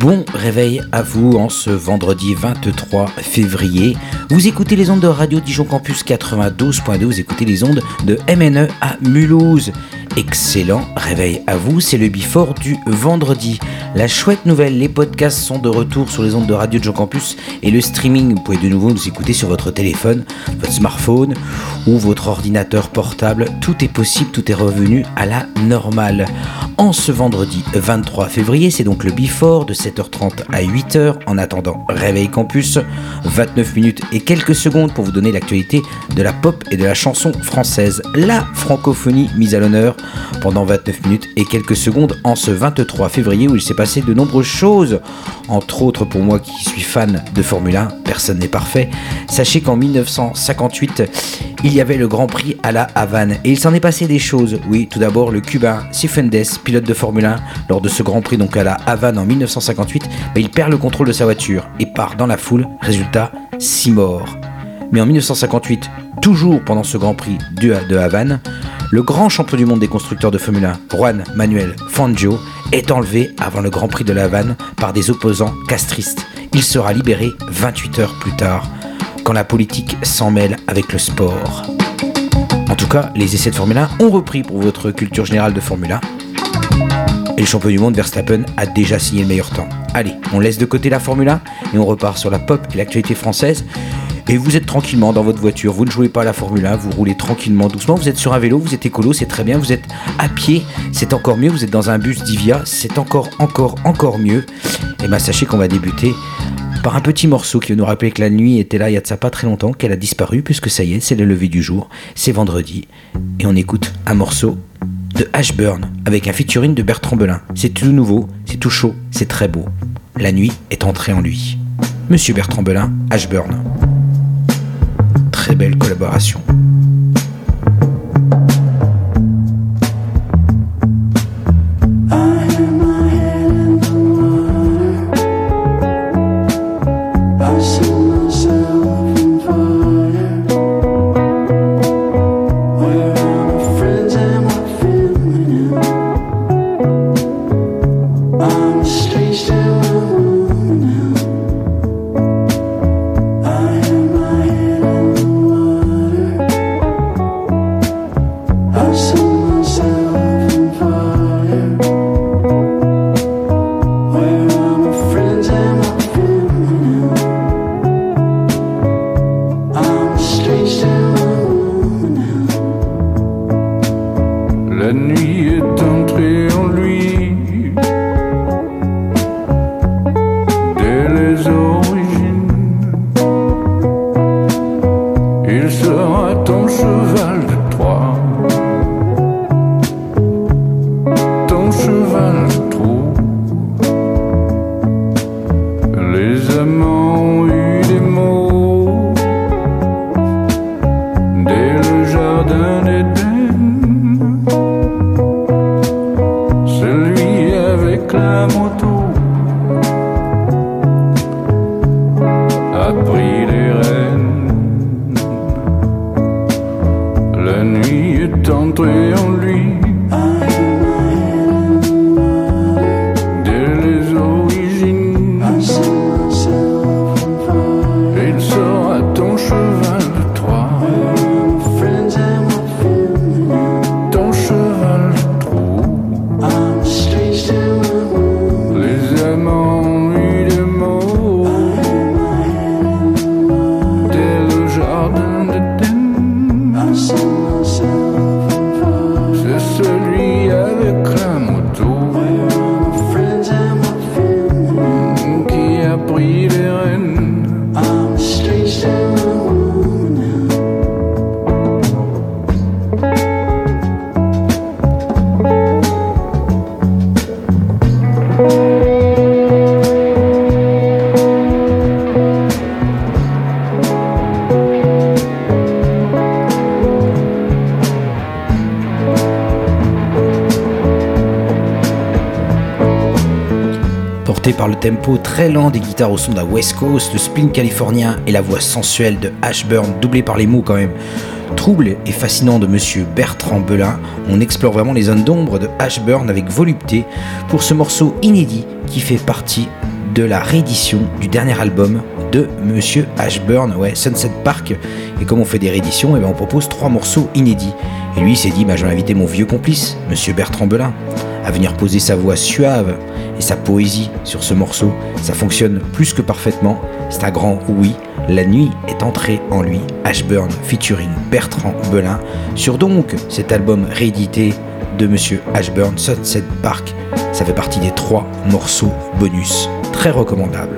Bon réveil à vous en ce vendredi 23 février. Vous écoutez les ondes de Radio Dijon Campus 92.2, vous écoutez les ondes de MNE à Mulhouse. Excellent réveil à vous, c'est le before du vendredi. La chouette nouvelle, les podcasts sont de retour sur les ondes de Radio Dijon Campus et le streaming, vous pouvez de nouveau nous écouter sur votre téléphone, votre smartphone ou votre ordinateur portable. Tout est possible, tout est revenu à la normale. En ce vendredi 23 février, c'est donc le before de 7h30 à 8h. En attendant, Réveil Campus, 29 minutes et quelques secondes pour vous donner l'actualité de la pop et de la chanson française. La francophonie mise à l'honneur pendant 29 minutes et quelques secondes en ce 23 février où il s'est passé de nombreuses choses. Entre autres, pour moi qui suis fan de Formule 1, personne n'est parfait. Sachez qu'en 1958, il y avait le Grand Prix à la Havane et il s'en est passé des choses. Oui, tout d'abord, le Cubain Cifuentes, pilote de Formule 1, lors de ce Grand Prix donc à la Havane en 1958, il perd le contrôle de sa voiture et part dans la foule. Résultat, 6 morts. Mais en 1958, toujours pendant ce Grand Prix de Havane, le grand champion du monde des constructeurs de Formule 1, Juan Manuel Fangio, est enlevé avant le Grand Prix de la Havane par des opposants castristes. Il sera libéré 28 heures plus tard, quand la politique s'en mêle avec le sport. En tout cas, les essais de Formule 1 ont repris pour votre culture générale de Formule 1. Et le champion du monde Verstappen a déjà signé le meilleur temps. Allez, on laisse de côté la Formule 1 et on repart sur la pop et l'actualité française. Et vous êtes tranquillement dans votre voiture, vous ne jouez pas à la Formule 1, vous roulez tranquillement, doucement, vous êtes sur un vélo, vous êtes écolo, c'est très bien, vous êtes à pied, c'est encore mieux, vous êtes dans un bus Divia, c'est encore mieux. Et bien sachez qu'on va débuter par un petit morceau qui va nous rappeler que la nuit était là il y a de ça pas très longtemps, qu'elle a disparu, puisque ça y est, c'est le lever du jour, c'est vendredi, et on écoute un morceau de Ashburn, avec un featuring de Bertrand Belin. C'est tout nouveau, c'est tout chaud, c'est très beau. La nuit est entrée en lui. Monsieur Bertrand Belin, Ashburn. Très belle collaboration. Par le tempo très lent des guitares au son de la West Coast, le spin californien et la voix sensuelle de Ashburn, doublée par les mots quand même trouble et fascinant de monsieur Bertrand Belin, on explore vraiment les zones d'ombre de Ashburn avec volupté pour ce morceau inédit qui fait partie de la réédition du dernier album de Monsieur Ashburn, ouais, Sunset Park. Et comme on fait des rééditions, on propose 3 morceaux inédits. Et lui, il s'est dit, je vais inviter mon vieux complice, Monsieur Bertrand Belin, à venir poser sa voix suave et sa poésie sur ce morceau. Ça fonctionne plus que parfaitement. C'est un grand oui. La nuit est entrée en lui. Ashburn featuring Bertrand Belin sur donc cet album réédité de Monsieur Ashburn, Sunset Park. Ça fait partie des 3 morceaux bonus. Très recommandables.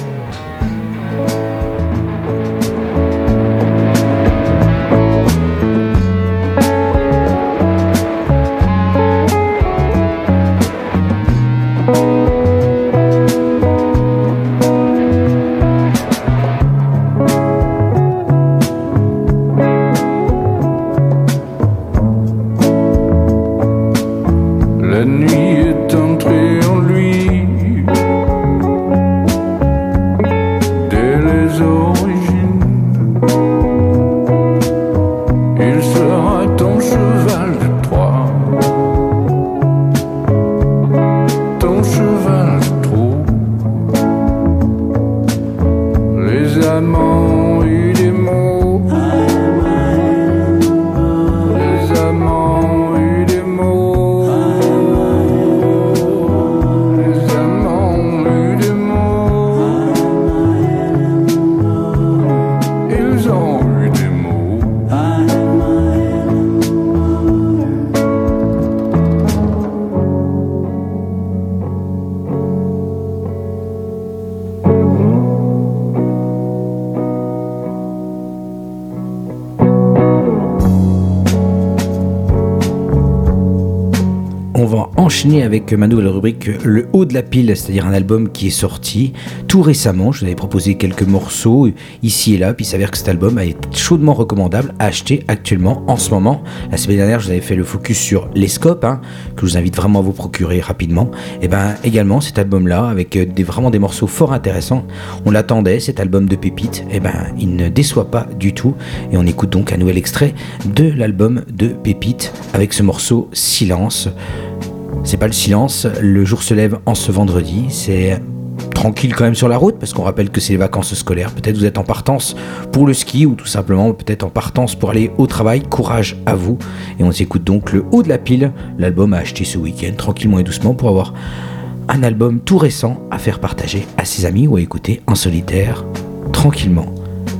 Avec ma nouvelle rubrique Le Haut de la Pile, c'est-à-dire un album qui est sorti tout récemment. Je vous avais proposé quelques morceaux ici et là, puis il s'avère que cet album est chaudement recommandable à acheter actuellement en ce moment. La semaine dernière, je vous avais fait le focus sur les scopes, que je vous invite vraiment à vous procurer rapidement. Et également cet album-là, avec vraiment des morceaux fort intéressants. On l'attendait, cet album de Pépite, il ne déçoit pas du tout. Et on écoute donc un nouvel extrait de l'album de Pépite avec ce morceau Silence. C'est pas le silence, le jour se lève en ce vendredi, c'est tranquille quand même sur la route parce qu'on rappelle que c'est les vacances scolaires, peut-être vous êtes en partance pour le ski ou tout simplement peut-être en partance pour aller au travail, courage à vous. Et on s'écoute donc Le Haut de la Pile, l'album à acheter ce week-end tranquillement et doucement pour avoir un album tout récent à faire partager à ses amis ou à écouter en solitaire tranquillement.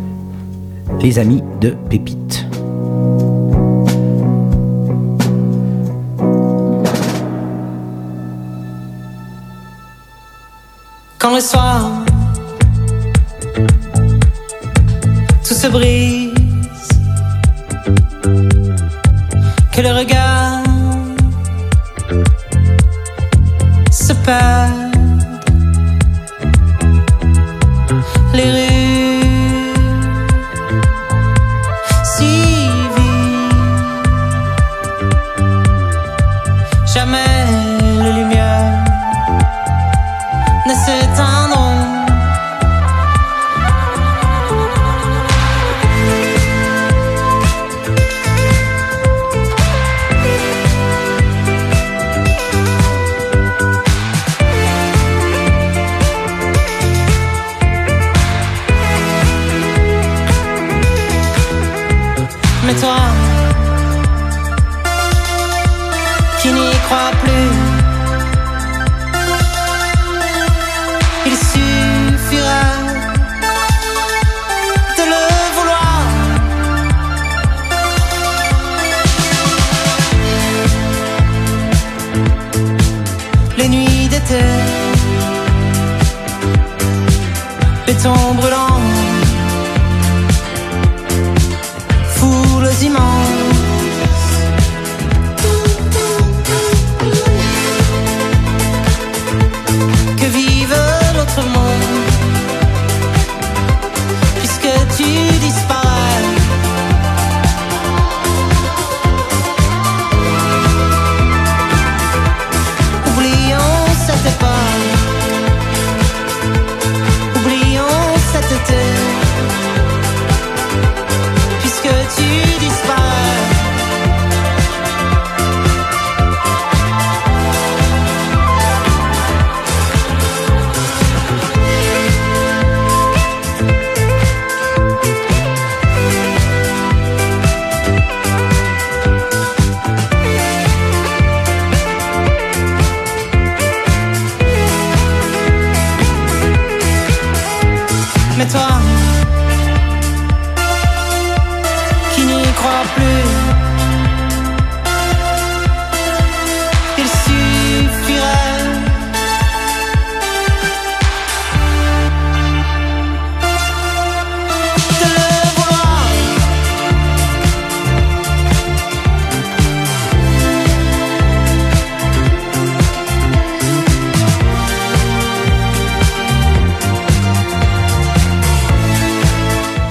Les amis de Pépite. Quand le soir, tout se brise, que le regard se perd, les rues si vides, jamais les lumières ne s'éteindront. Mais toi, qui n'y crois plus, il suffira de le vouloir. Les nuits d'été, béton brûlant, foules immenses, que vive l'autre monde, puisque tu disparais. Oublions cette époque, oublions cet été, puisque tu disparais.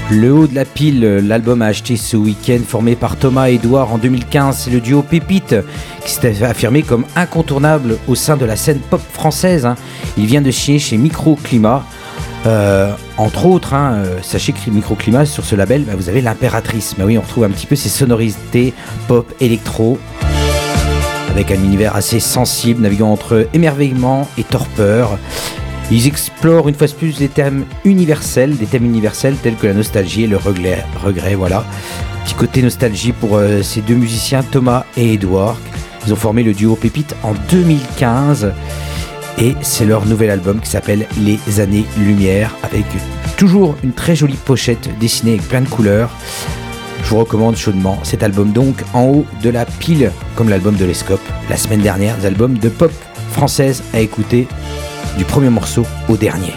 Le haut de la pile, l'album a acheté ce week-end, formé par Thomas et Edouard en 2015. C'est le duo Pépite qui s'est affirmé comme incontournable au sein de la scène pop française. Il vient de signer chez Microclimat. Entre autres, sachez que Microclimat, sur ce label, vous avez l'Impératrice. Oui, on retrouve un petit peu ces sonorités pop, électro, avec un univers assez sensible, naviguant entre émerveillement et torpeur. Ils explorent une fois de plus des thèmes universels tels que la nostalgie et le regret, voilà. Petit côté nostalgie pour ces deux musiciens, Thomas et Edouard. Ils ont formé le duo Pépite en 2015 et c'est leur nouvel album qui s'appelle Les Années Lumière, avec toujours une très jolie pochette dessinée avec plein de couleurs. Je vous recommande chaudement cet album, donc en haut de la pile, comme l'album de l'Escope. La semaine dernière, des albums de pop française à écouter, du premier morceau au dernier.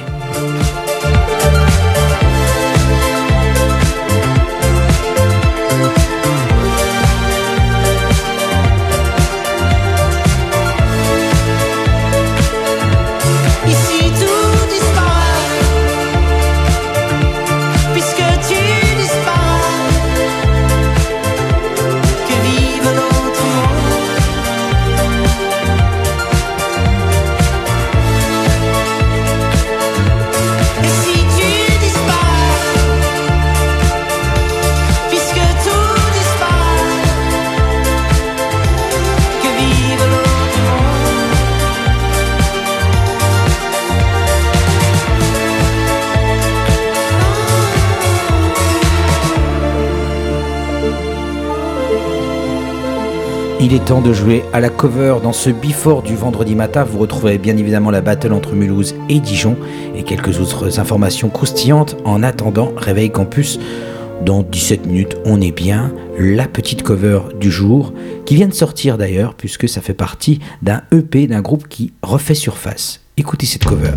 Il est temps de jouer à la cover. Dans ce Before du vendredi matin, vous retrouverez bien évidemment la battle entre Mulhouse et Dijon et quelques autres informations croustillantes. En attendant, Réveil Campus, dans 17 minutes, on est bien. La petite cover du jour, qui vient de sortir d'ailleurs, puisque ça fait partie d'un EP d'un groupe qui refait surface. Écoutez cette cover.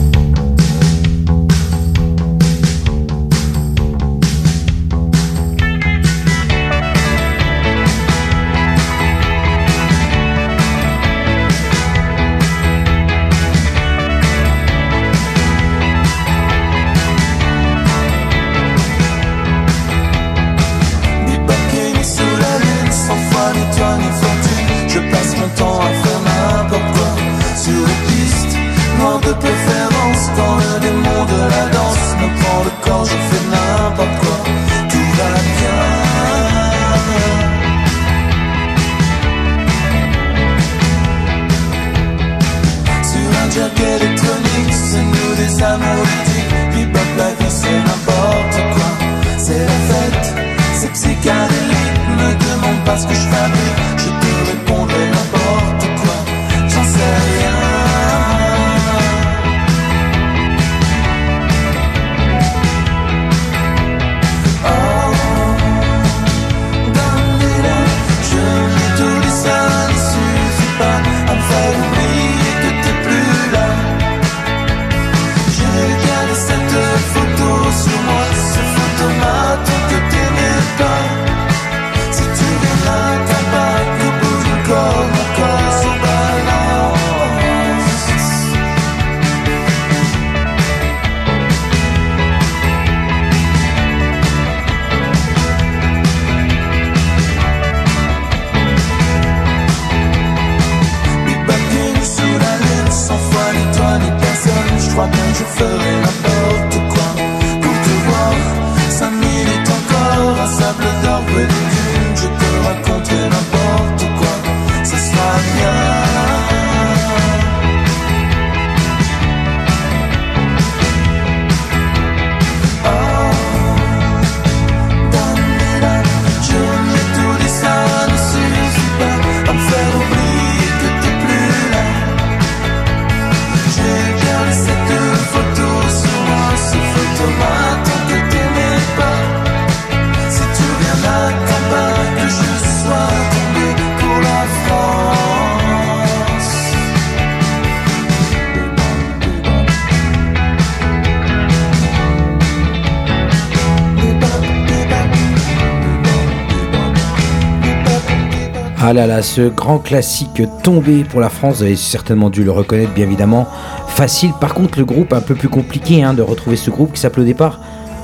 Ah là là, ce grand classique tombé pour la France, vous avez certainement dû le reconnaître, bien évidemment. Facile, par contre le groupe un peu plus compliqué de retrouver ce groupe qui s'appelait au départ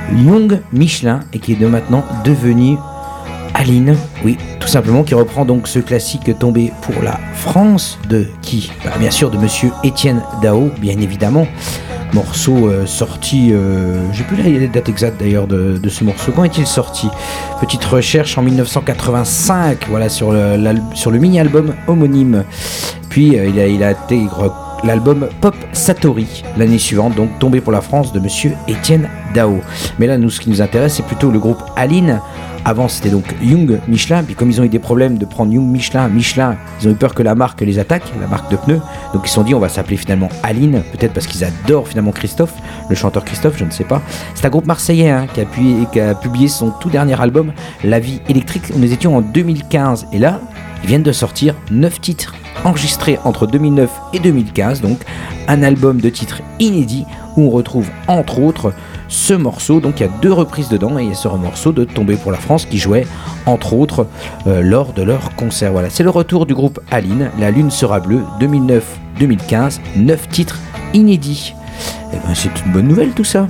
Young Michelin et qui est de maintenant devenu Aline, oui, tout simplement, qui reprend donc ce classique tombé pour la France de qui ? Bien sûr de monsieur Étienne Dao, bien évidemment. Morceau sorti, j'ai plus la date exacte d'ailleurs de ce morceau. Quand est-il sorti ? Petite recherche en 1985, voilà, sur le mini-album homonyme. Puis il a intègre l'album Pop Satori l'année suivante, donc tombé pour la France de monsieur Étienne Dao. Mais là, nous, ce qui nous intéresse, c'est plutôt le groupe Aline. Avant, c'était donc Young Michelin, puis comme ils ont eu des problèmes de prendre Young Michelin, ils ont eu peur que la marque les attaque, la marque de pneus, donc ils se sont dit on va s'appeler finalement Aline, peut-être parce qu'ils adorent finalement Christophe, le chanteur Christophe, je ne sais pas. C'est un groupe marseillais qui a publié son tout dernier album, La Vie Électrique. Nous étions en 2015, et là, ils viennent de sortir 9 titres enregistrés entre 2009 et 2015, donc un album de titres inédits où on retrouve entre autres ce morceau. Donc il y a 2 reprises dedans et il y a ce morceau de Tomber pour la France qui jouait entre autres lors de leur concert. Voilà, c'est le retour du groupe Aline, La Lune sera bleue, 2009-2015, 9 titres inédits. Et ben c'est une bonne nouvelle tout ça.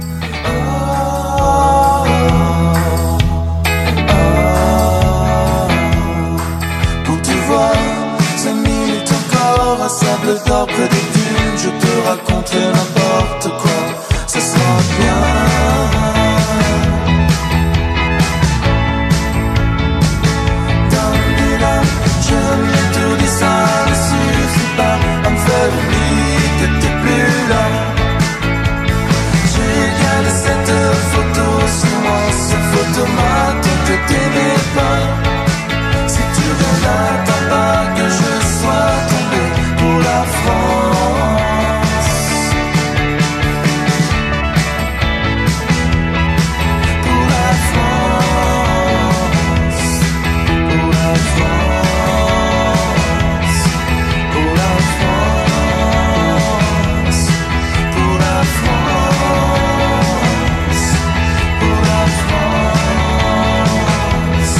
Sable d'or près des dunes, je peux raconter n'importe quoi, ça sera bien. Je me tout dit, ça ne suffit pas à me faire oublier que t'es plus là. J'ai gardé cette photo sur moi, ce photomat que t'aimais pas. Si tu viens n'attends pas que je sois tombé pour la France. Pour la France. Pour la France. Pour la France. Pour la France. Pour la France.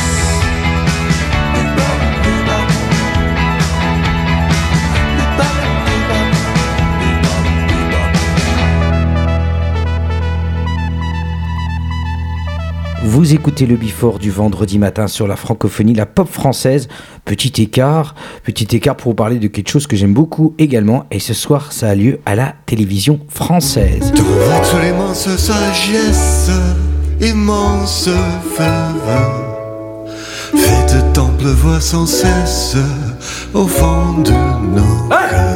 Vous écoutez le Before du vendredi matin sur la francophonie, la pop française. Petit écart pour vous parler de quelque chose que j'aime beaucoup également. Et ce soir, ça a lieu à la télévision française. Toute l'immense sagesse, immense ferveur, fait de temple voix sans cesse au fond de nos cœurs.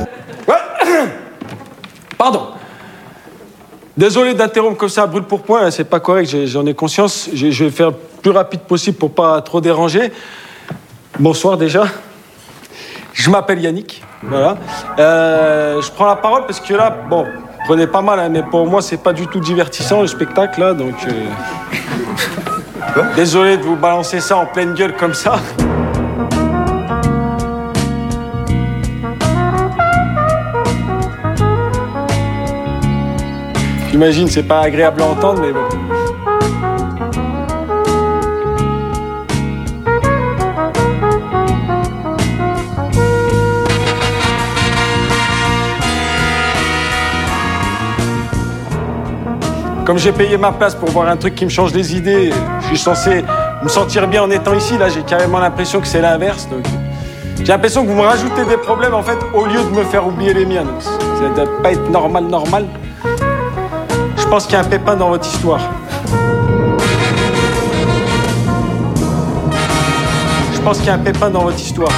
Pardon. Désolé d'interrompre comme ça à brûle pour point, c'est pas correct, j'en ai conscience. Je vais faire le plus rapide possible pour pas trop déranger. Bonsoir déjà. Je m'appelle Yannick, voilà. Je prends la parole parce que là, bon, prenez pas mal, hein, mais pour moi c'est pas du tout divertissant le spectacle là, donc... Désolé de vous balancer ça en pleine gueule comme ça. J'imagine, c'est pas agréable à entendre, mais bon. Comme j'ai payé ma place pour voir un truc qui me change les idées, je suis censé me sentir bien en étant ici. Là, j'ai carrément l'impression que c'est l'inverse. Donc, j'ai l'impression que vous me rajoutez des problèmes, en fait, au lieu de me faire oublier les miens. Donc, ça doit pas être normal. Je pense qu'il y a un pépin dans votre histoire. Je pense qu'il y a un pépin dans votre histoire.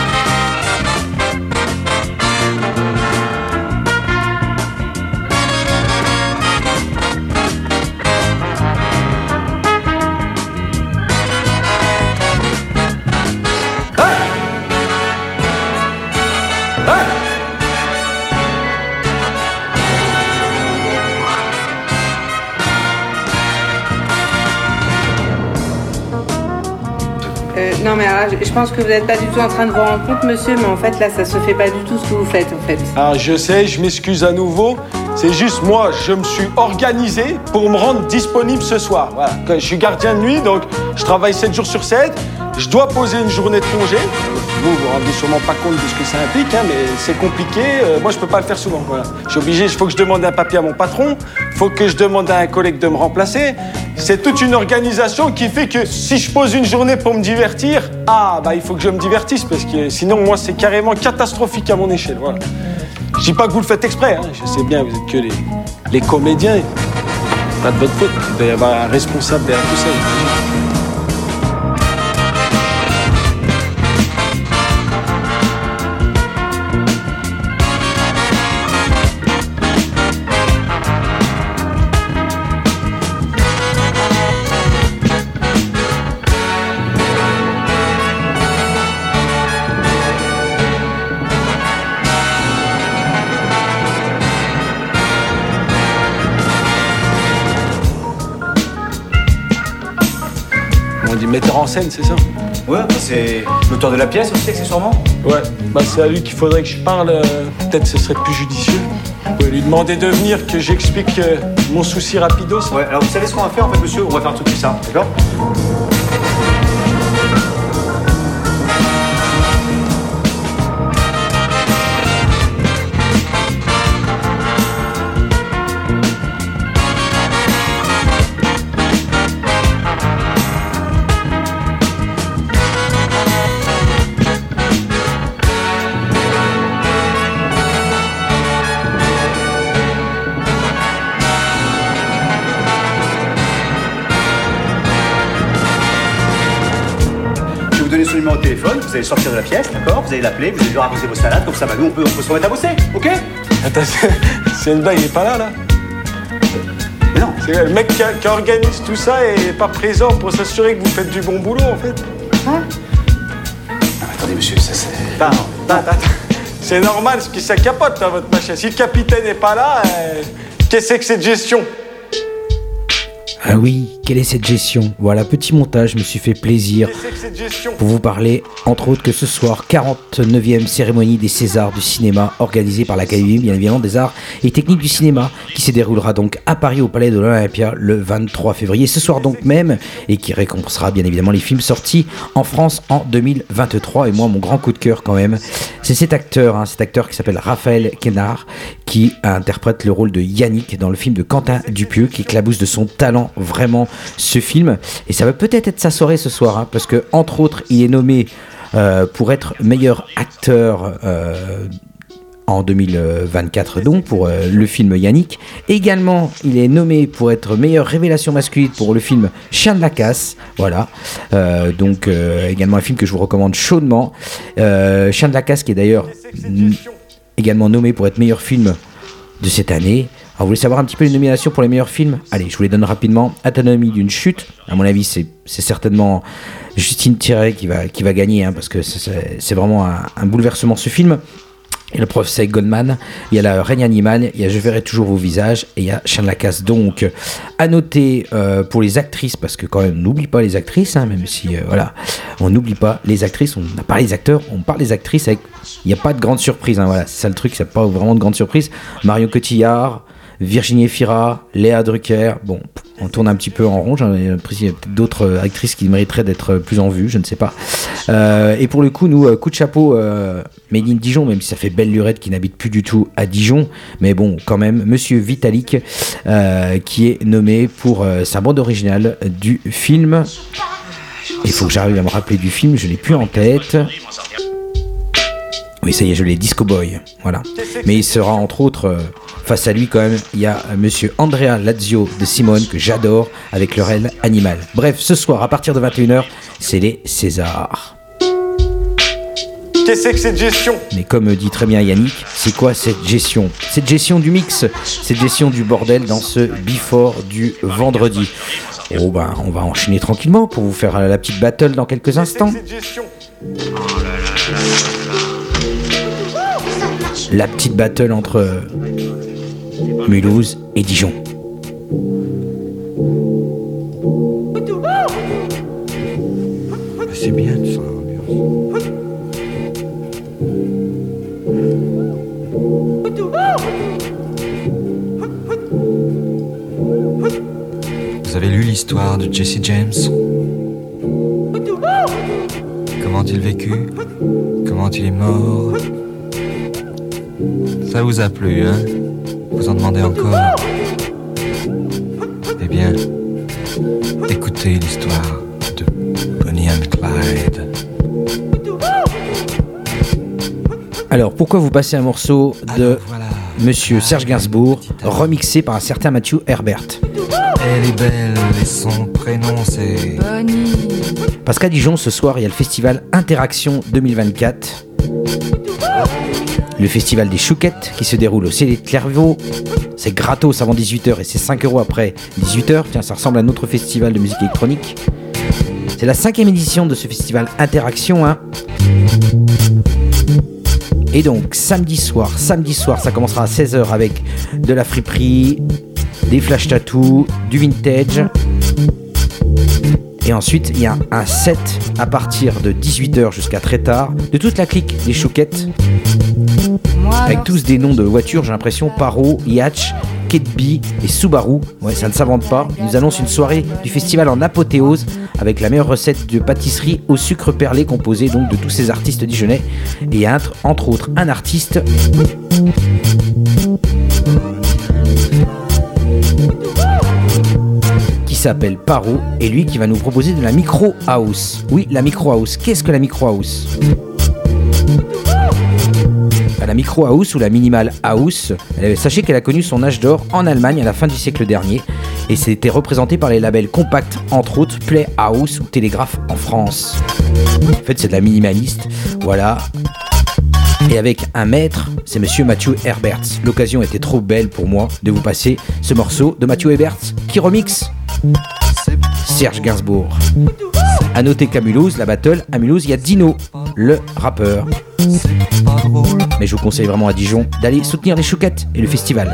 Non mais alors, je pense que vous n'êtes pas du tout en train de vous rendre compte, monsieur, mais en fait là ça se fait pas du tout ce que vous faites en fait. Alors je sais, je m'excuse à nouveau, c'est juste moi, je me suis organisé pour me rendre disponible ce soir. Voilà. Je suis gardien de nuit, donc je travaille 7 jours sur 7, Je dois poser une journée de congé. Vous vous rendez sûrement pas compte de ce que ça implique, hein, mais c'est compliqué. Moi, je peux pas le faire souvent. Voilà. Je suis obligé, il faut que je demande un papier à mon patron. Il faut que je demande à un collègue de me remplacer. C'est toute une organisation qui fait que si je pose une journée pour me divertir, il faut que je me divertisse parce que sinon, moi, c'est carrément catastrophique à mon échelle. Voilà. Je dis pas que vous le faites exprès. Hein. Je sais bien, vous êtes que les comédiens. Pas de votre faute. Il doit y avoir un responsable derrière tout ça. On dit metteur en scène, c'est ça? Ouais, c'est l'auteur de la pièce aussi, accessoirement. Ouais, c'est à lui qu'il faudrait que je parle. Peut-être ce serait plus judicieux. Vous pouvez lui demander de venir, que j'explique mon souci rapidos. Ouais, alors vous savez ce qu'on va faire en fait, monsieur? On va faire un truc comme ça, d'accord? Donnez son numéro de téléphone, vous allez sortir de la pièce, d'accord? Vous allez l'appeler, vous allez lui raconter vos salades, comme ça, nous, on peut se remettre à bosser, ok? Attends, c'est une blague, il est pas là? Mais non. C'est le mec qui organise tout ça et pas présent pour s'assurer que vous faites du bon boulot, en fait. Hein? Non, attendez, monsieur, ça c'est... Attends. C'est normal, ce qui ça capote, là, votre machin. Si le capitaine n'est pas là, qu'est-ce que c'est que cette gestion? Ah oui, quelle est cette gestion? Voilà, petit montage, je me suis fait plaisir pour vous parler, entre autres, que ce soir, 49e cérémonie des Césars du cinéma, organisée par l'Académie, bien évidemment, des arts et techniques du cinéma, qui se déroulera donc à Paris, au Palais de l'Olympia, le 23 février, ce soir donc même, et qui récompensera bien évidemment les films sortis en France en 2023. Et moi, mon grand coup de cœur quand même, c'est cet acteur qui s'appelle Raphaël Quénard, qui interprète le rôle de Yannick dans le film de Quentin Dupieux, qui éclabousse de son talent vraiment ce film. Et ça va peut-être être sa soirée ce soir, hein, parce que entre autres il est nommé pour être meilleur acteur en 2024 donc pour le film Yannick. Également il est nommé pour être meilleure révélation masculine pour le film Chien de la Casse, voilà, donc également un film que je vous recommande chaudement, Chien de la Casse, qui est d'ailleurs également nommé pour être meilleur film de cette année. Alors, vous voulez savoir un petit peu les nominations pour les meilleurs films? Allez, je vous les donne rapidement. Anatomie d'une chute. À mon avis, c'est certainement Justine Thierry qui va gagner, hein, parce que c'est vraiment un bouleversement, ce film. Il y a le professeur Goldman, il y a la règne animale, il y a Je verrai toujours vos visages, et il y a Chien de la Casse. Donc, à noter pour les actrices, parce que quand même, on n'oublie pas les actrices, hein, même si, voilà, on n'oublie pas les actrices, on n'a pas les acteurs, on parle des actrices avec... Il n'y a pas de grande surprise, hein, voilà, c'est ça le truc, c'est pas vraiment de grande surprise. Marion Cotillard, Virginie Efira, Léa Drucker, bon, on tourne un petit peu en rond, il y a peut-être d'autres actrices qui mériteraient d'être plus en vue, je ne sais pas. Et pour le coup, nous, coup de chapeau, made in Dijon, même si ça fait belle lurette qui n'habite plus du tout à Dijon, mais bon, quand même, Monsieur Vitalik, qui est nommé pour sa bande originale du film. Il faut que j'arrive à me rappeler du film, je l'ai plus en tête. Oui, ça y est, je l'ai, Disco Boy, voilà. Mais il sera entre autres... face à lui, quand même, il y a monsieur Andrea Lazio de Simone, que j'adore, avec le rêve animal. Bref, ce soir, à partir de 21h, c'est les Césars. Qu'est-ce que c'est que cette gestion? Mais comme dit très bien Yannick, c'est quoi cette gestion? Cette gestion du mix, cette gestion du bordel dans ce before du vendredi. Oh ben, on va enchaîner tranquillement pour vous faire la petite battle dans quelques instants. La petite battle entre Mulhouse et Dijon. C'est bien de ça. Vous avez lu l'histoire de Jesse James? a-t-il vécu? Comment il est mort? Ça vous a plu, hein? Vous en demandez encore? Eh bien, écoutez l'histoire de Bonnie and Clyde. Alors, pourquoi vous passez un morceau de Monsieur Serge Gainsbourg, remixé par un certain Matthew Herbert? Elle est belle et son prénom c'est Bonnie. Parce qu'à Dijon, ce soir, il y a le festival Interaction 2024. Le festival des chouquettes qui se déroule au CD de Clairvaux. C'est gratos avant 18h et c'est 5 € après 18h. Tiens, ça ressemble à un autre festival de musique électronique. C'est la 5e édition de ce festival Interaction, hein. Et donc, samedi soir, ça commencera à 16h avec de la friperie, des flash tattoos, du vintage. Et ensuite, il y a un set à partir de 18h jusqu'à très tard de toute la clique des chouquettes. Avec tous des noms de voitures, j'ai l'impression, Paro, Yatch, Ketby et Subaru. Ouais, ça ne s'invente pas. Ils nous annoncent une soirée du festival en apothéose avec la meilleure recette de pâtisserie au sucre perlé composée donc de tous ces artistes dijonnais. Et il y a entre autres un artiste qui s'appelle Paro et lui qui va nous proposer de la micro house. Oui, la micro house. Qu'est-ce que la micro house ? La micro house ou la minimal house, sachez qu'elle a connu son âge d'or en Allemagne à la fin du siècle dernier et c'était représenté par les labels Compact, entre autres Playhouse ou Télégraphe en France. En fait, c'est de la minimaliste, voilà. Et avec un maître, c'est monsieur Matthew Herbert. L'occasion était trop belle pour moi de vous passer ce morceau de Matthew Herbert qui remixe Serge Gainsbourg. A noter qu'à Mulhouse, la battle, à Mulhouse, il y a Dino, le rappeur. Mais je vous conseille vraiment à Dijon d'aller soutenir les chouquettes et le festival.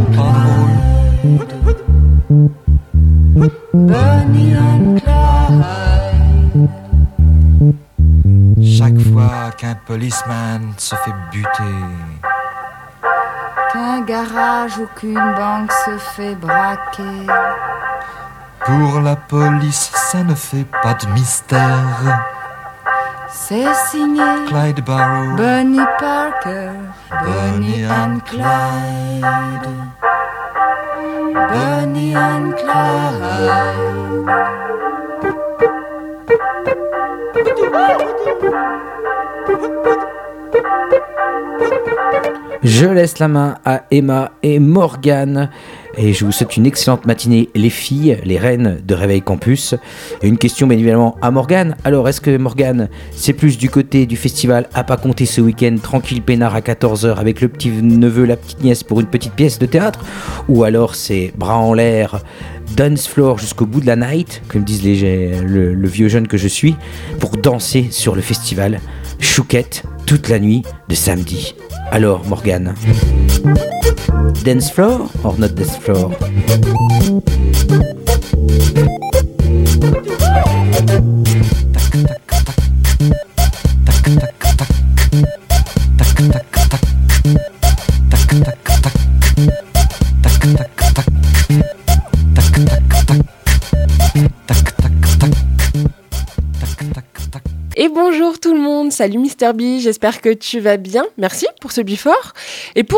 Chaque fois qu'un policeman se fait buter, Qu'un garage ou qu'une banque se fait braquer, pour la police ça ne fait pas de mystère. c'est signé Clyde Barrow, Bonnie Parker, Bonnie and Clyde. Bonnie and Clyde. Je laisse la main à Emma et Morgane et je vous souhaite une excellente matinée les filles, les reines de Réveil Campus. Et une question bien évidemment à Morgane. Alors est-ce que Morgane c'est plus du côté du festival à pas compter ce week-end tranquille peinard à 14h avec le petit neveu, la petite nièce pour une petite pièce de théâtre, ou alors c'est bras en l'air, dance floor jusqu'au bout de la night, comme disent le vieux jeune que je suis, pour danser sur le festival Chouquette toute la nuit de samedi. Alors Morgane, dance floor or not dance floor? Et bonjour tout le monde, salut Mr B, j'espère que tu vas bien, merci pour ce before. Et pour